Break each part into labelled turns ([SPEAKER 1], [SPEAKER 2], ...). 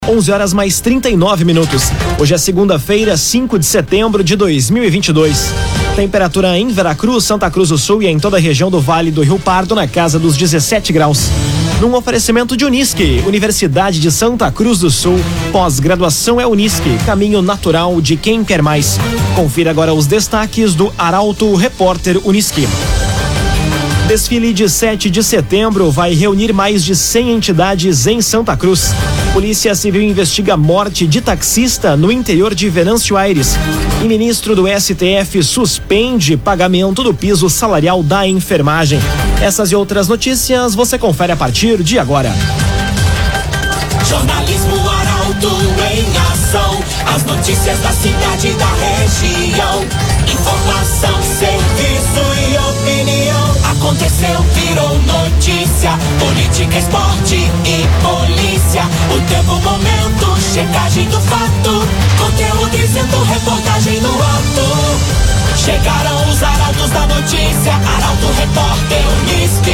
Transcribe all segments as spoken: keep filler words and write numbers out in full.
[SPEAKER 1] onze horas mais trinta e nove minutos. Hoje é segunda-feira, cinco de setembro de dois mil e vinte e dois. Temperatura em Veracruz, Santa Cruz do Sul e em toda a região do Vale do Rio Pardo na casa dos dezessete graus. Num oferecimento de Unisque, Universidade de Santa Cruz do Sul. Pós-graduação é Unisque, caminho natural de quem quer mais. Confira agora os destaques do Arauto Repórter Unisque. Desfile de sete de setembro vai reunir mais de cem entidades em Santa Cruz. Polícia Civil investiga morte de taxista no interior de Venâncio Aires. E ministro do S T F suspende pagamento do piso salarial da enfermagem. Essas e outras notícias você confere a partir de agora.
[SPEAKER 2] Jornalismo Arauto em ação. As notícias da cidade e da região. Informação, serviço e opinião. Aconteceu, virou notícia. Política, esporte e polícia. O tempo, momento, checagem do fato. Conteúdo dizendo, reportagem no ato. Chegaram os arautos da notícia. Arauto, repórter, Unisque.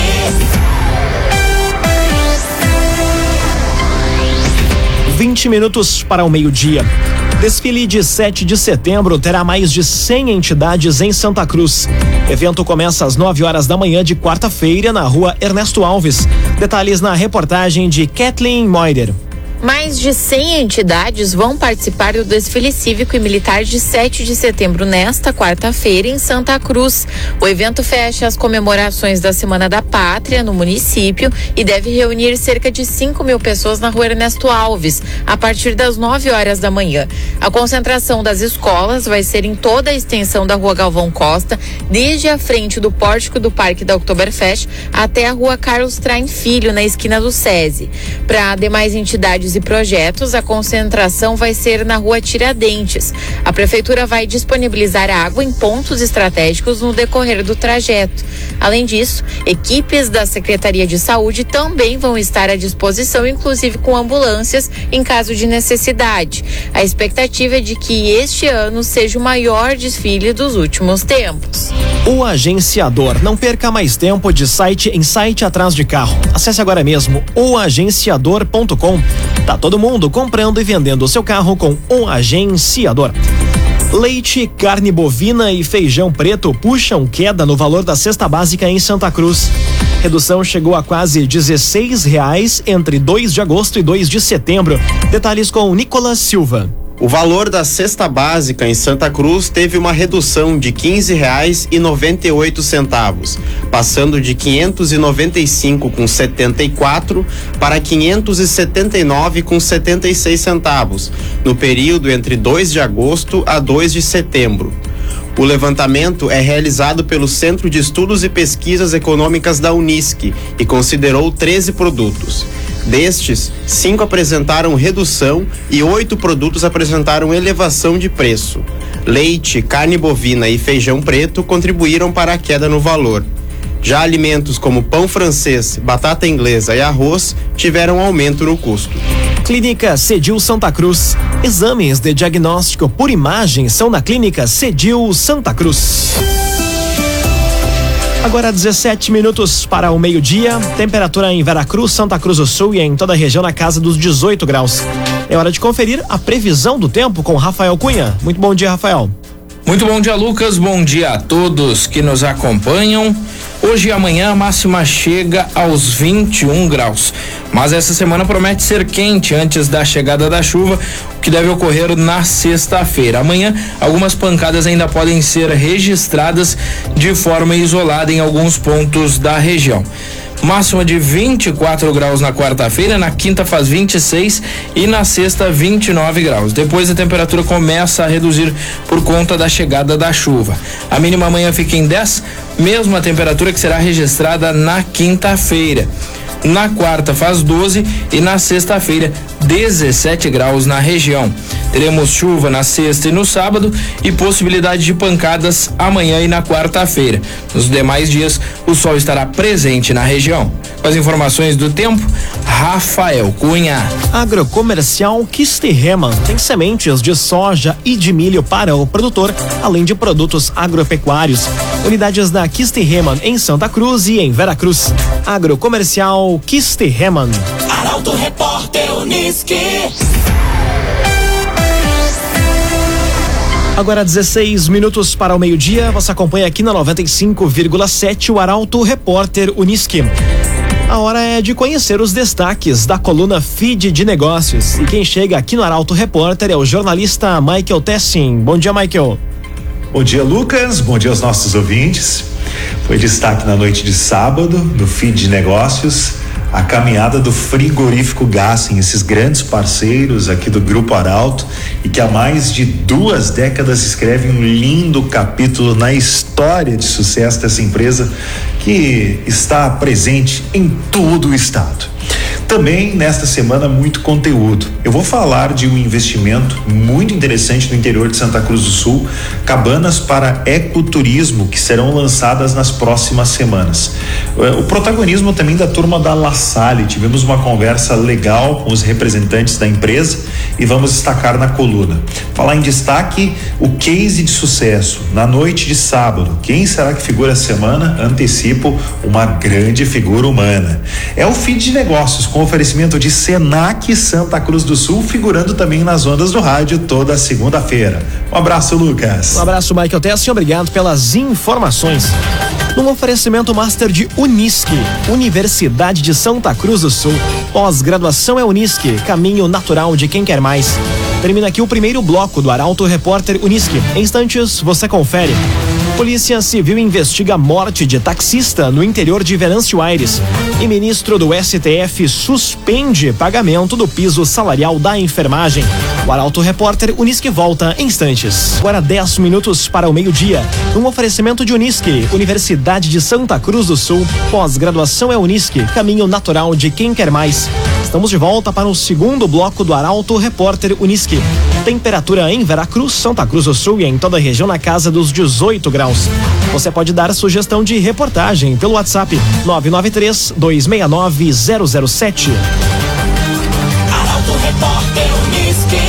[SPEAKER 1] vinte minutos para o meio-dia. Desfile de sete de setembro terá mais de cem entidades em Santa Cruz. Evento começa às nove horas da manhã de quarta-feira na rua Ernesto Alves. Detalhes na reportagem de Kathleen Moider.
[SPEAKER 3] Mais de cem entidades vão participar do desfile cívico e militar de sete de setembro nesta quarta-feira em Santa Cruz. O evento fecha as comemorações da Semana da Pátria no município e deve reunir cerca de cinco mil pessoas na rua Ernesto Alves, a partir das nove horas da manhã. A concentração das escolas vai ser em toda a extensão da rua Galvão Costa, desde a frente do pórtico do Parque da Oktoberfest até a rua Carlos Traem Filho, na esquina do SESI. Para demais entidades e projetos, a concentração vai ser na rua Tiradentes. A prefeitura vai disponibilizar água em pontos estratégicos no decorrer do trajeto. Além disso, equipes da Secretaria de Saúde também vão estar à disposição, inclusive com ambulâncias em caso de necessidade. A expectativa é de que este ano seja o maior desfile dos últimos tempos.
[SPEAKER 1] O Agenciador. Não perca mais tempo de site em site atrás de carro. Acesse agora mesmo o agenciador ponto com. Tá todo mundo comprando e vendendo o seu carro com o Agenciador. Leite, carne bovina e feijão preto puxam queda no valor da cesta básica em Santa Cruz. Redução chegou a quase dezesseis reais entre dois de agosto e dois de setembro. Detalhes com Nicolas Silva.
[SPEAKER 4] O valor da cesta básica em Santa Cruz teve uma redução de quinze reais e noventa e oito centavos, passando de quinhentos e noventa e cinco com setenta e quatro para quinhentos e setenta e nove com setenta e seis centavos, no período entre dois de agosto a dois de setembro. O levantamento é realizado pelo Centro de Estudos e Pesquisas Econômicas da Unisque e considerou treze produtos. Destes, cinco apresentaram redução e oito produtos apresentaram elevação de preço. Leite, carne bovina e feijão preto contribuíram para a queda no valor. Já alimentos como pão francês, batata inglesa e arroz tiveram aumento no custo.
[SPEAKER 1] Clínica Cedil Santa Cruz. Exames de diagnóstico por imagem são na Clínica Cedil Santa Cruz. Agora dezessete minutos para o meio-dia. Temperatura em Veracruz, Santa Cruz do Sul e em toda a região na casa dos dezoito graus. É hora de conferir a previsão do tempo com Rafael Cunha. Muito bom dia, Rafael.
[SPEAKER 5] Muito bom dia, Lucas. Bom dia a todos que nos acompanham. Hoje e amanhã a máxima chega aos vinte e um graus. Mas essa semana promete ser quente antes da chegada da chuva, o que deve ocorrer na sexta-feira. Amanhã, algumas pancadas ainda podem ser registradas de forma isolada em alguns pontos da região. Máxima de vinte e quatro graus na quarta-feira, na quinta faz vinte e seis e na sexta vinte e nove graus. Depois a temperatura começa a reduzir por conta da chegada da chuva. A mínima amanhã fica em dez, mesma temperatura que será registrada na quinta-feira. Na quarta faz doze e na sexta-feira dezessete graus na região. Teremos chuva na sexta e no sábado e possibilidade de pancadas amanhã e na quarta-feira. Nos demais dias, o sol estará presente na região. Com as informações do tempo, Rafael Cunha.
[SPEAKER 1] Agrocomercial Kisterreman tem sementes de soja e de milho para o produtor, além de produtos agropecuários. Unidades da Kisterreman em Santa Cruz e em Veracruz. Agrocomercial Kisterreman.
[SPEAKER 2] Arauto Repórter Unisque.
[SPEAKER 1] Agora dezesseis minutos para o meio-dia, você acompanha aqui na noventa e cinco vírgula sete o Arauto Repórter Unisque. A hora é de conhecer os destaques da coluna Feed de Negócios. E quem chega aqui no Arauto Repórter é o jornalista Michael Tessin. Bom dia, Michael.
[SPEAKER 6] Bom dia, Lucas. Bom dia aos nossos ouvintes. Foi destaque na noite de sábado, no Feed de Negócios, a caminhada do frigorífico Gassen, esses grandes parceiros aqui do Grupo Arauto e que há mais de duas décadas escrevem um lindo capítulo na história de sucesso dessa empresa que está presente em todo o estado. Também nesta semana muito conteúdo. Eu vou falar de um investimento muito interessante no interior de Santa Cruz do Sul, cabanas para ecoturismo que serão lançadas nas próximas semanas. O protagonismo também da turma da La Salle. Tivemos uma conversa legal com os representantes da empresa e vamos destacar na coluna. Falar em destaque, o case de sucesso na noite de sábado. Quem será que figura a semana? Antecipo, uma grande figura humana. É o Feed de Negócios com oferecimento de Senac Santa Cruz do Sul, figurando também nas ondas do rádio toda segunda-feira. Um abraço, Lucas.
[SPEAKER 1] Um abraço, Michael Tessin, obrigado pelas informações. Num oferecimento master de Unisque, Universidade de Santa Cruz do Sul. Pós-graduação é Unisque, caminho natural de quem quer mais. Termina aqui o primeiro bloco do Arauto Repórter Unisque. Em instantes, você confere. Polícia Civil investiga a morte de taxista no interior de Venâncio Aires. E ministro do S T F suspende pagamento do piso salarial da enfermagem. O Arauto Repórter Unisque volta em instantes. Agora dez minutos para o meio-dia. Um oferecimento de Unisque, Universidade de Santa Cruz do Sul. Pós-graduação é Unisque, caminho natural de quem quer mais. Estamos de volta para o segundo bloco do Arauto Repórter Unisque. Temperatura em Veracruz, Santa Cruz do Sul e em toda a região na casa dos dezoito graus. Você pode dar sugestão de reportagem pelo WhatsApp nove nove três, dois seis nove, zero zero sete.
[SPEAKER 2] Arauto Repórter Unisque.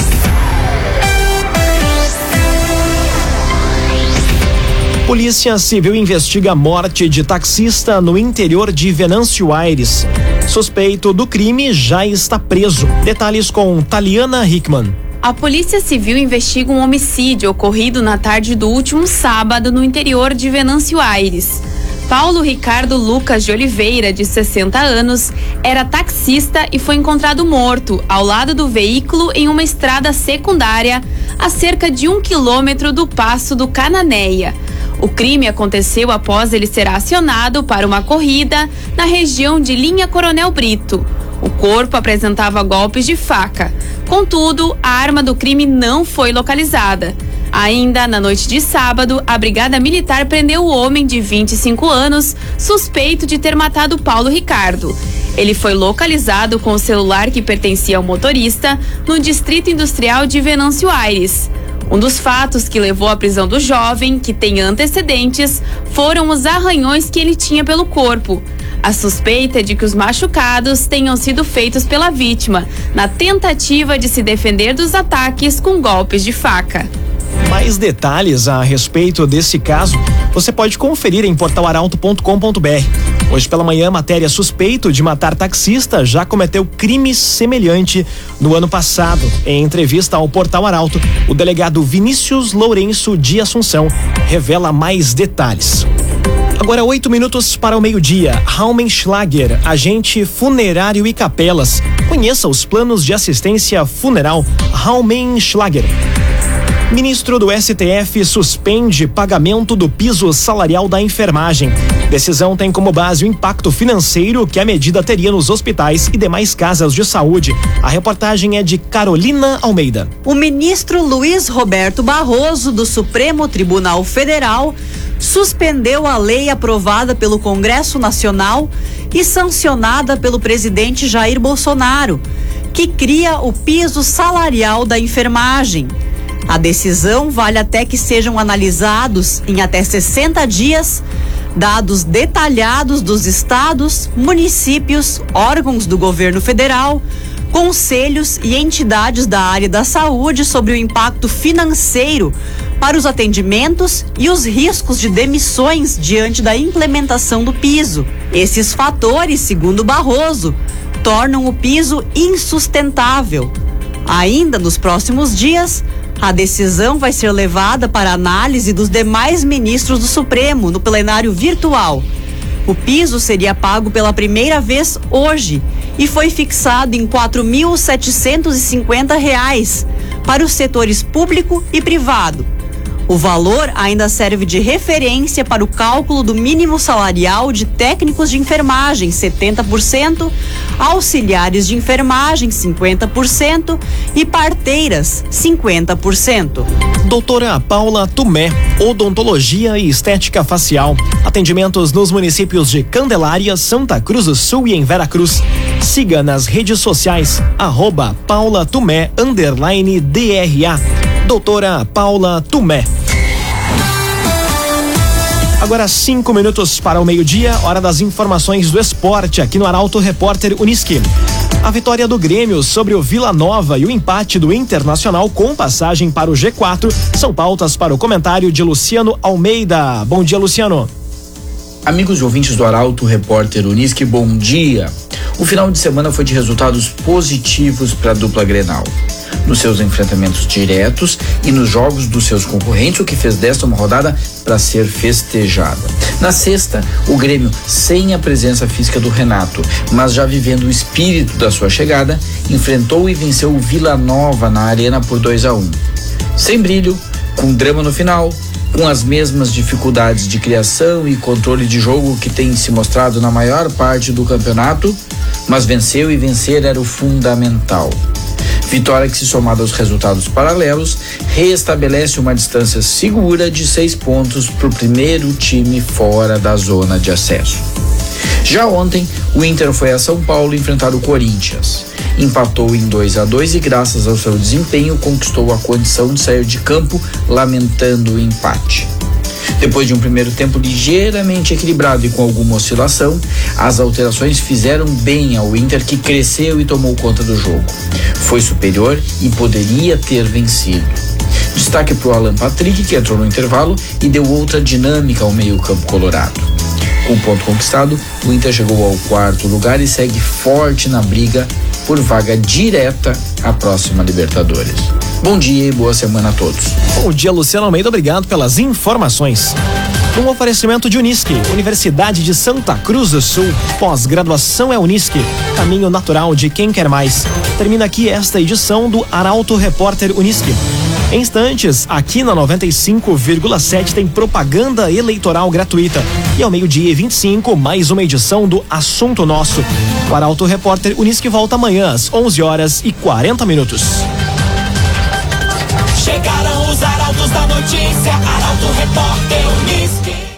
[SPEAKER 1] Polícia Civil investiga a morte de taxista no interior de Venâncio Aires. Suspeito do crime já está preso. Detalhes com Taliana Hickman.
[SPEAKER 7] A Polícia Civil investiga um homicídio ocorrido na tarde do último sábado no interior de Venâncio Aires. Paulo Ricardo Lucas de Oliveira, de sessenta anos, era taxista e foi encontrado morto ao lado do veículo em uma estrada secundária a cerca de um quilômetro do Passo do Cananéia. O crime aconteceu após ele ser acionado para uma corrida na região de Linha Coronel Brito. O corpo apresentava golpes de faca. Contudo, a arma do crime não foi localizada. Ainda na noite de sábado, a Brigada Militar prendeu o homem de vinte e cinco anos, suspeito de ter matado Paulo Ricardo. Ele foi localizado com o celular que pertencia ao motorista no Distrito Industrial de Venâncio Aires. Um dos fatos que levou à prisão do jovem, que tem antecedentes, foram os arranhões que ele tinha pelo corpo. A suspeita é de que os machucados tenham sido feitos pela vítima, na tentativa de se defender dos ataques com golpes de faca.
[SPEAKER 1] Mais detalhes a respeito desse caso, você pode conferir em portal arauto ponto com ponto br. Hoje pela manhã, matéria: suspeito de matar taxista já cometeu crime semelhante no ano passado. Em entrevista ao portal Arauto, o delegado Vinícius Lourenço de Assunção revela mais detalhes. Agora oito minutos para o meio-dia. Raumenschlager, agente funerário e capelas. Conheça os planos de assistência funeral Raumenschlager. Ministro do S T F suspende pagamento do piso salarial da enfermagem. Decisão tem como base o impacto financeiro que a medida teria nos hospitais e demais casas de saúde. A reportagem é de Carolina Almeida.
[SPEAKER 8] O ministro Luiz Roberto Barroso, do Supremo Tribunal Federal, suspendeu a lei aprovada pelo Congresso Nacional e sancionada pelo presidente Jair Bolsonaro, que cria o piso salarial da enfermagem. A decisão vale até que sejam analisados, em até sessenta dias, dados detalhados dos estados, municípios, órgãos do governo federal, conselhos e entidades da área da saúde sobre o impacto financeiro para os atendimentos e os riscos de demissões diante da implementação do piso. Esses fatores, segundo Barroso, tornam o piso insustentável. Ainda nos próximos dias, A decisão vai ser levada para análise dos demais ministros do Supremo no plenário virtual. O piso seria pago pela primeira vez hoje e foi fixado em quatro mil setecentos e cinquenta reais para os setores público e privado. O valor ainda serve de referência para o cálculo do mínimo salarial de técnicos de enfermagem, setenta por cento, auxiliares de enfermagem, cinquenta por cento e parteiras, cinquenta por cento.
[SPEAKER 1] Doutora Paula Tumé, odontologia e estética facial. Atendimentos nos municípios de Candelária, Santa Cruz do Sul e em Veracruz. Siga nas redes sociais, arroba Paula Tumé, underline D R A. Doutora Paula Tumé. Agora cinco minutos para o meio-dia, hora das informações do esporte aqui no Arauto Repórter Uniski. A vitória do Grêmio sobre o Vila Nova e o empate do Internacional com passagem para o G quatro são pautas para o comentário de Luciano Almeida. Bom dia, Luciano.
[SPEAKER 9] Amigos e ouvintes do Arauto Repórter Uniski, bom dia. O final de semana foi de resultados positivos para a dupla Grenal. Nos seus enfrentamentos diretos e nos jogos dos seus concorrentes, o que fez desta uma rodada para ser festejada. Na sexta, o Grêmio, sem a presença física do Renato, mas já vivendo o espírito da sua chegada, enfrentou e venceu o Vila Nova na Arena por dois a um. Sem brilho, com drama no final, com as mesmas dificuldades de criação e controle de jogo que tem se mostrado na maior parte do campeonato, mas venceu e vencer era o fundamental. Vitória que, se somada aos resultados paralelos, reestabelece uma distância segura de seis pontos para o primeiro time fora da zona de acesso. Já ontem, o Inter foi a São Paulo enfrentar o Corinthians. Empatou em dois a dois e, graças ao seu desempenho, conquistou a condição de sair de campo, lamentando o empate. Depois de um primeiro tempo ligeiramente equilibrado e com alguma oscilação, as alterações fizeram bem ao Inter, que cresceu e tomou conta do jogo. Foi superior e poderia ter vencido. Destaque para o Alan Patrick, que entrou no intervalo e deu outra dinâmica ao meio-campo colorado. Com o ponto conquistado, o Inter chegou ao quarto lugar e segue forte na briga por vaga direta à próxima Libertadores. Bom dia e boa semana a todos.
[SPEAKER 1] Bom dia, Luciano Almeida, obrigado pelas informações. Um oferecimento de Uniski, Universidade de Santa Cruz do Sul. Pós-graduação é Uniski, caminho natural de quem quer mais. Termina aqui esta edição do Arauto Repórter Uniski. Em instantes, aqui na noventa e cinco vírgula sete tem propaganda eleitoral gratuita. E ao meio-dia e vinte e cinco, mais uma edição do Assunto Nosso. O Arauto Repórter Uniski volta amanhã às onze horas e quarenta minutos.
[SPEAKER 2] Chegaram os arautos da notícia, Arauto Repórter Uniski.